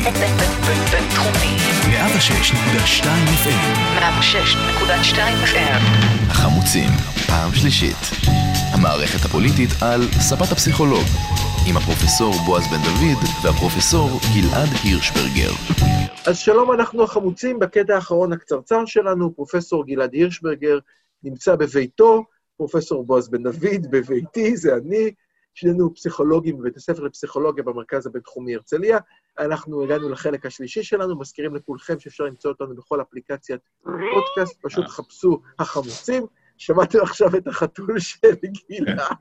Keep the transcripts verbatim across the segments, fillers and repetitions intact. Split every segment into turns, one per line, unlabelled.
בינתחומי
מאה ושש נקודה שתיים אף אם.
מאה ושש נקודה שתיים אף אם.
החמוצים, פעם שלישית. המערכת הפוליטית על ספת הפסיכולוג, עם הפרופסור בועז בן דוד והפרופסור גלעד הירשברגר.
אז שלום, אנחנו החמוצים. בקטע האחרון הקצרצר שלנו, פרופסור גלעד הירשברגר נמצא בביתו, פרופסור בועז בן דוד בביתי, זה אני, שנינו פסיכולוגים בבית הספר לפסיכולוגיה במרכז הבינתחומי הרצליה. אנחנו הגענו לחלק השלישי שלנו, מזכירים לכולכם שאפשר למצוא אותנו בכל אפליקציית פודקאסט, פשוט חפשו החמוצים. שמעתם עכשיו את החתול של גלעד.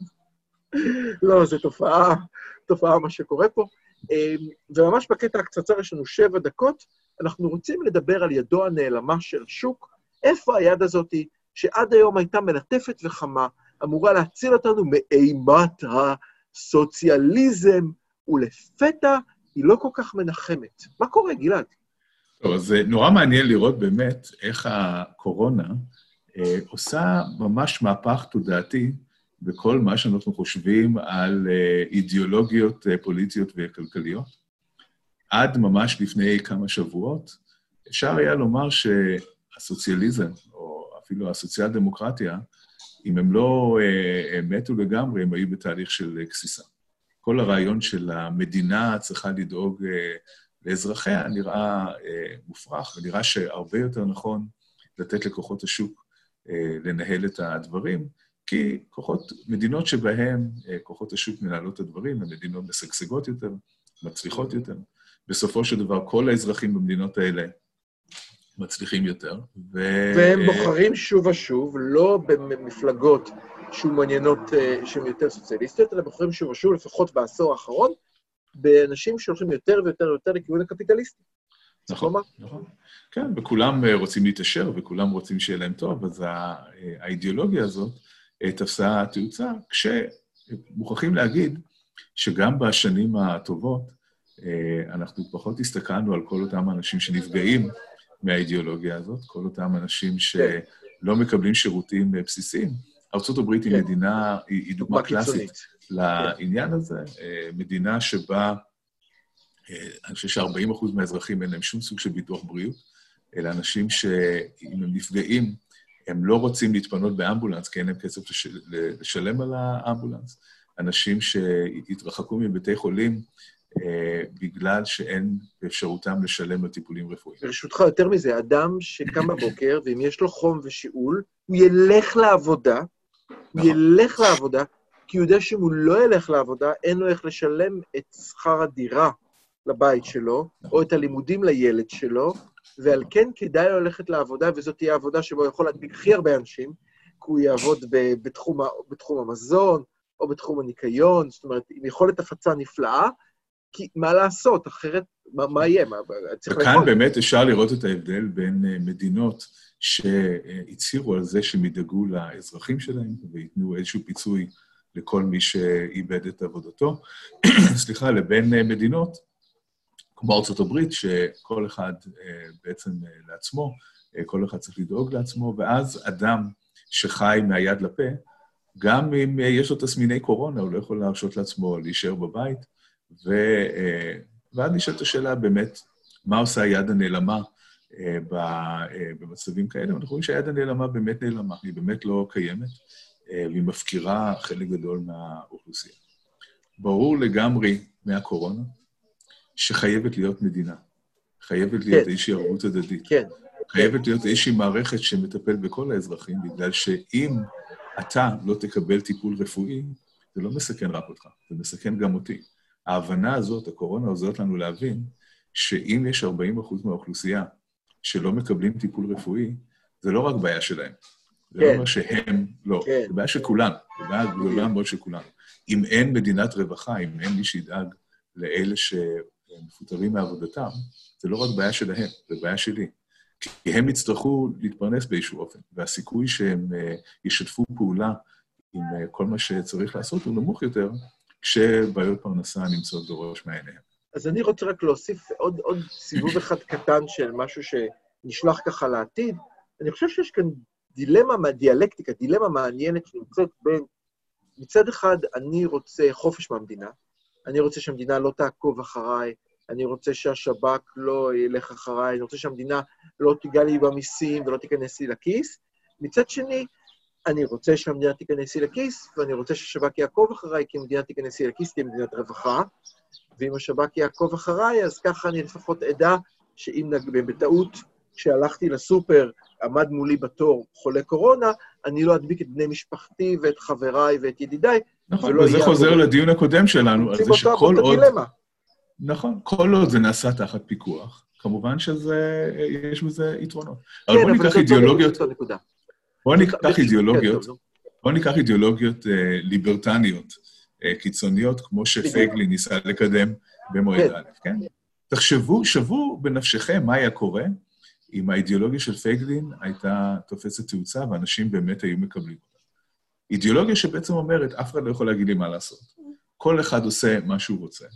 לא, זו תופעה, תופעה מה שקורה פה. וממש בקטע הקצרצר יש לנו שבע דקות, אנחנו רוצים לדבר על ידו הנעלמה של השוק, איפה היד הזאת שעד היום הייתה מלטפת וחמה, אמורה להציל אותנו מאימת הסוציאליזם, ולפתע היא לא כל כך מנחמת. מה קורה, גלעד?
טוב, אז זה נורא מעניין לראות באמת איך הקורונה אה, עושה ממש מהפך תודעתי בכל מה שאנחנו חושבים על אה, אידיאולוגיות אה, פוליטיות וכלכליות. עד ממש לפני כמה שבועות, אפשר היה לומר שהסוציאליזם, או אפילו הסוציאל דמוקרטיה, אם הם לא אה, מתו לגמרי, הם היו בתהליך של אה, כסיסה. כל הרעיון של המדינה צריכה לדאוג אה, לאזרחיה נראה אה, מופרך, ונראה שהרבה יותר נכון לתת לכוחות השוק אה, לנהל את הדברים, כי כוחות, מדינות שבהן אה, כוחות השוק מנהלות את הדברים, הן מדינות משגשגות יותר, מצליחות יותר. בסופו של דבר, כל האזרחים במדינות האלה מצליחים יותר. ו...
והם בוחרים שוב ושוב, לא במפלגות שמעניינות, שהן יותר סוציאליסטיות, אלא בוחרים שוב ושוב, לפחות בעשור האחרון, באנשים שהולכים יותר ויותר ויותר לכיוון הקפיטליסטי.
נכון, נכון. כן, וכולם רוצים להתעשר, וכולם רוצים שיהיה להם טוב, אז האידיאולוגיה הזאת תפסה תאוצה, כשמוכרחים להגיד שגם בשנים הטובות, אנחנו פחות הסתכלנו על כל אותם אנשים שנפגעים מהאידיאולוגיה הזאת, כל אותם אנשים שלא מקבלים שירותים בסיסיים. ארצות הברית היא מדינה, היא דוגמה קלאסית לעניין הזה, מדינה שבה, אני חושב ש-ארבעים אחוז מהאזרחים אין להם שום סוג של ביטוח בריאות, אלא אנשים שאם הם נפגעים, הם לא רוצים להתפנות באמבולנס, כי אין להם כסף לשלם על האמבולנס. אנשים שהתרחקו מבתי חולים, בגלל שאין באפשרותם לשלם על טיפולים רפואיים.
ברשותך, יותר מזה, אדם שקם בבוקר, ואם יש לו חום ושיעול, הוא ילך לעבודה, הוא ילך לעבודה, כי הוא יודע שאם הוא לא ילך לעבודה, אין לו איך לשלם את שכר הדירה לבית שלו, או את הלימודים לילד שלו, ועל כן כדאי לו ללכת לעבודה, וזאת תהיה העבודה שבו הוא יכול להדביק הכי הרבה אנשים, כי הוא יעבוד בתחום, בתחום המזון, או בתחום הניקיון, זאת אומרת, עם יכולת הפצה נפלאה, כי מה לעשות? אחרת, מה, מה יהיה? מה, צריך
וכאן
לאכול.
באמת אפשר לראות את ההבדל בין מדינות שהצהירו על זה שהם ידאגו לאזרחים שלהם, ויתנו איזשהו פיצוי לכל מי שאיבד את עבודתו, סליחה, לבין מדינות, כמו ארצות הברית, שכל אחד בעצם לעצמו, כל אחד צריך לדאוג לעצמו, ואז אדם שחי מהיד לפה, גם אם יש לו תסמיני קורונה, הוא לא יכול להרשות לעצמו להישאר בבית, ו... ואז נשאלת השאלה באמת, מה עושה היד הנעלמה במצבים כאלה? אנחנו רואים שהיד הנעלמה באמת נעלמה, היא באמת לא קיימת, והיא מפקירה חלק גדול מהאוכלוסייה. ברור לגמרי מהקורונה, שחייבת להיות מדינה, חייבת להיות איזושהי ערבות הדדית,
כן.
חייבת להיות איזושהי מערכת שמטפל בכל האזרחים, בגלל שאם אתה לא תקבל טיפול רפואי, זה לא מסכן רק אותך, זה מסכן גם אותי. ההבנה הזאת, הקורונה עוזרת לנו להבין, שאם יש ארבעים אחוז מהאוכלוסייה שלא מקבלים טיפול רפואי, זה לא רק בעיה שלהם. זה לא אומר שהם לא, זה בעיה של כולנו, זה בעיה גדולה מאוד של כולנו. אם אין מדינת רווחה, אם אין מי שידאג לאלה שמפוטרים מעבודתם, זה לא רק בעיה שלהם, זה בעיה שלי. כי הם יצטרכו להתפרנס באיזשהו אופן, והסיכוי שהם ישתפו פעולה עם כל מה שצריך לעשות הוא נמוך יותר, כשבעיות פרנסה נמצאות בראש מעיניהם.
אז אני רוצה רק להוסיף עוד, עוד סיבוב אחד קטן של משהו שנשלח ככה לעתיד. אני חושב שיש כאן דילמה, דיאלקטיקה, דילמה מעניינת שנמצאת בין, מצד אחד אני רוצה חופש מהמדינה, אני רוצה שהמדינה לא תעקוב אחריי אני רוצה שהשב"כ לא ילך אחריי, אני רוצה שהמדינה לא תיגע לי במיסים ולא תיכנס לי לכיס. מצד שני, אני רוצה שהמדינה תיכנס לי לכיס, ואני רוצה שהשב"כ יעקוב אחריי, כי המדינה תיכנס לי לכיס, תהיה מדינת רווחה, ואם השב"כ יעקוב אחריי, אז ככה אני לפחות אדע שאם בטעות, כשהלכתי לסופר, עמד מולי בתור חולה קורונה, אני לא אדביק את בני משפחתי ואת חבריי ואת ידידיי.
נכון, וזה חוזר עבור... לדיון הקודם שלנו, על זה שכל עוד... נכון, כל עוד זה נעשה תחת פיקוח, כמובן שיש בזה יתרונות.
כן,
אבל בוא
אבל
ניקח אידיאולוגיות... בוא ניקח
זה...
אידיאולוגיות,
כן,
בוא ניקח אידיאולוגיות אה, ליברטניות, אה, קיצוניות, כמו שפייגלין ניסה לקדם במועד
כן.
א', כן? תחשבו, שבו בנפשכם מה היה קורה, אם האידיאולוגיה של פייגלין הייתה תופסת תאוצה, ואנשים באמת היו מקבלים אותה. אידיאולוגיה שבעצם אומרת, אף אחד לא יכול להגיד לי מה לעשות. כל אחד עושה מה שהוא רוצה.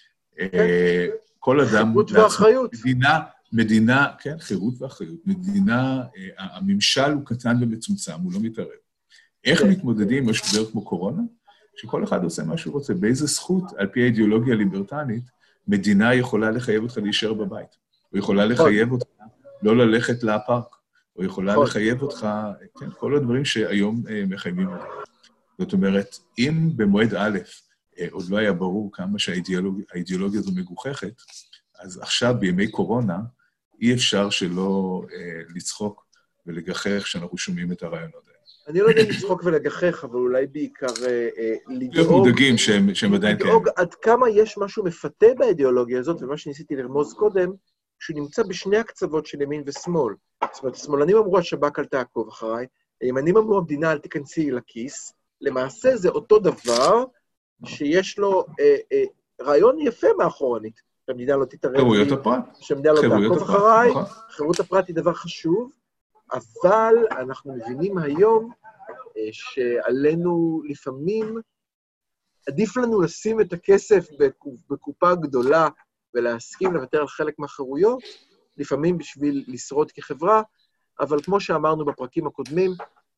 כל אדם...
חירות ואחריות.
מדינה, מדינה, כן, חירות ואחריות. מדינה, הממשל הוא קטן ומצומצם, הוא לא מתערב. איך מתמודדים עם משבר כמו קורונה? שכל אחד עושה מה שהוא רוצה. באיזה זכות, על פי האידיאולוגיה הליברטנית, מדינה יכולה לחייב אותך להישאר בבית. או יכולה לחייב אותך לא ללכת לפארק, או יכולה לחייב אותך, כן, כל הדברים שהיום מחייבים אותך. זאת אומרת, אם במועד א', עוד לא היה ברור כמה שהאידיאולוגיה הזו מגוחכת, אז עכשיו בימי קורונה, אי אפשר שלא לצחוק ולגחך שאנחנו שומעים את הרעיונות האלה.
אני לא יודע לצחוק ולגחך, אבל אולי בעיקר לדאוג...
להיות מודאגים שהם עדיין כאלה.
לדאוג עד כמה יש משהו מפתה באידיאולוגיה הזאת, ומה שניסיתי לרמוז קודם, שהוא נמצא בשני הקצוות של ימין ושמאל. זאת אומרת, השמאלנים אמרו, השב"כ אל תעקוב אחריי, הימנים אמרו, המדינה אל תיכנסי לכיס, למעשה זה אותו דבר שיש לו אה, אה, רעיון יפה מאחורנית, שהמדינה לא תתערב.
חירויות הפרט.
שהמדינה לא תעקוב אחריי, חירות הפרט היא דבר חשוב, אבל אנחנו מבינים היום אה, שעלינו לפעמים, עדיף לנו לשים את הכסף בקופה גדולה, ולהסכים לוותר על חלק מהחירויות, לפעמים בשביל לשרוד כחברה, אבל כמו שאמרנו בפרקים הקודמים,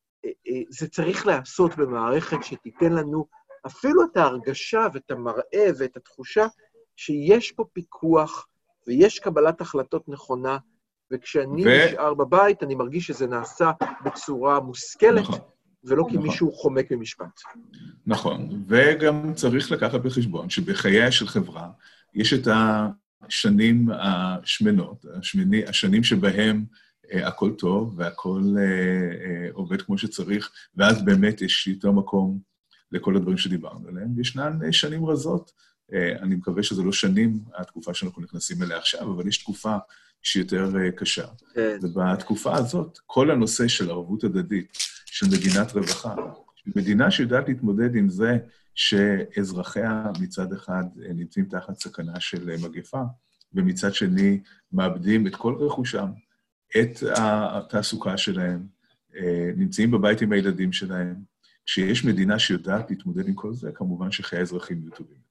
זה צריך לעשות במערכת שתיתן לנו אפילו את ההרגשה ואת המראה ואת התחושה שיש פה פיקוח ויש קבלת החלטות נכונה, וכשאני ו... נשאר בבית, אני מרגיש שזה נעשה בצורה מושכלת, נכון. ולא כי נכון. מישהו חומק ממשפט.
נכון, וגם צריך לקחת בחשבון שבחייה של חברה, יש את השנים השמנות, השמני, השנים שבהם אה, הכל טוב והכל אה, אה, עובד כמו שצריך, ואז באמת יש יותר מקום לכל הדברים שדיברנו עליהם. ישנן שנים רזות, אה, אני מקווה שזה לא שנים, התקופה שאנחנו נכנסים אליה עכשיו, אבל יש תקופה שהיא יותר אה, קשה. כן. ובתקופה הזאת, כל הנושא של ערבות הדדית, של מדינת רווחה, מדינה שיודעת להתמודד עם זה, שאזרחיה מצד אחד נמצאים תחת סכנה של מגפה, ומצד שני מאבדים את כל רכושם, את התעסוקה שלהם, נמצאים בבית עם הילדים שלהם. כשיש מדינה שיודעת להתמודד עם כל זה, כמובן שחיי האזרחים יהיו טובים.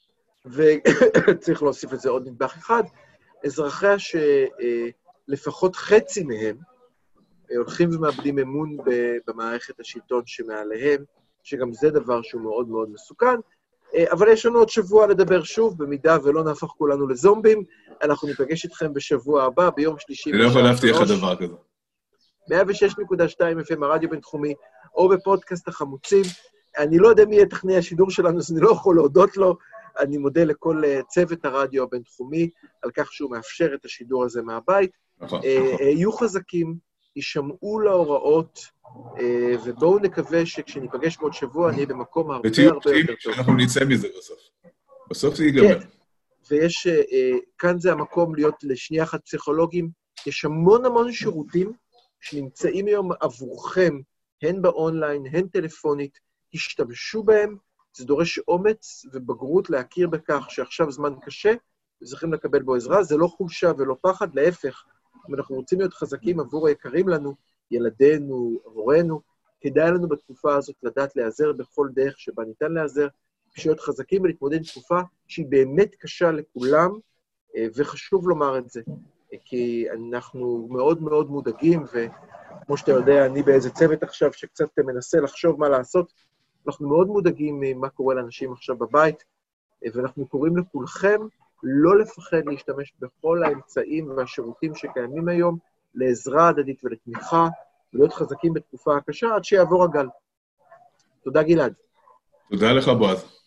וצריך להוסיף את זה עוד נדבך אחד, אזרחיה שלפחות חצי מהם, הולכים ומאבדים אמון במערכת השלטון שמעליהם, שגם זה דבר שהוא מאוד מאוד מסוכן, אבל יש לנו עוד שבוע לדבר שוב, במידה ולא נהפוך כולנו לזומבים, אנחנו ניפגש איתכם בשבוע הבא, ביום שלישי.
אני לא יכול להבטיח לך דבר כזה.
מאה ושש נקודה שתיים אף אם הרדיו בינתחומי, או בפודקאסט החמוצים. אני לא יודע מי יהיה טכנאי השידור שלנו, אז אני לא יכול להודות לו. אני מודה לכל צוות הרדיו הבינתחומי, על כך שהוא מאפשר את השידור הזה מהבית.
נכון.
יהיו חזקים, יישמעו להוראות, ובואו נקווה שכשניפגש בעוד שבוע, אני אהיה במקום הרבה הרבה יותר טוב.
ותהיו שאנחנו נצא מזה בסוף. בסוף זה ייגמר.
כן, ויש, כאן זה המקום להיות לשנייה אחת פסיכולוגים, יש המון המון שירותים שנמצאים היום עבורכם, הן באונליין, הן טלפונית, תשתמשו בהם, זה דורש אומץ ובגרות להכיר בכך שעכשיו זמן קשה, וצריכים לקבל בו עזרה, זה לא חולשה ולא פחד, להפך, אם אנחנו רוצים להיות חזקים עבור היקרים לנו, ילדינו, עבורנו, כדאי לנו בתקופה הזאת לדעת להיעזר בכל דרך שבה ניתן להיעזר, להיות חזקים ולהתמודד עם תקופה שהיא באמת קשה לכולם, וחשוב לומר את זה, כי אנחנו מאוד מאוד מודאגים, וכמו שאתה יודע, אני באיזה צוות עכשיו שקצת מנסה לחשוב מה לעשות, אנחנו מאוד מודאגים ממה קורה לאנשים עכשיו בבית, ואנחנו קוראים לכולכם לא לפחד להשתמש בכל האמצעים והשירותים שקיימים היום, לעזרה הדדית ולתמיכה, ולהיות חזקים בתקופה הקשה עד שיעבור הגל. תודה גלעד.
תודה לך בועז.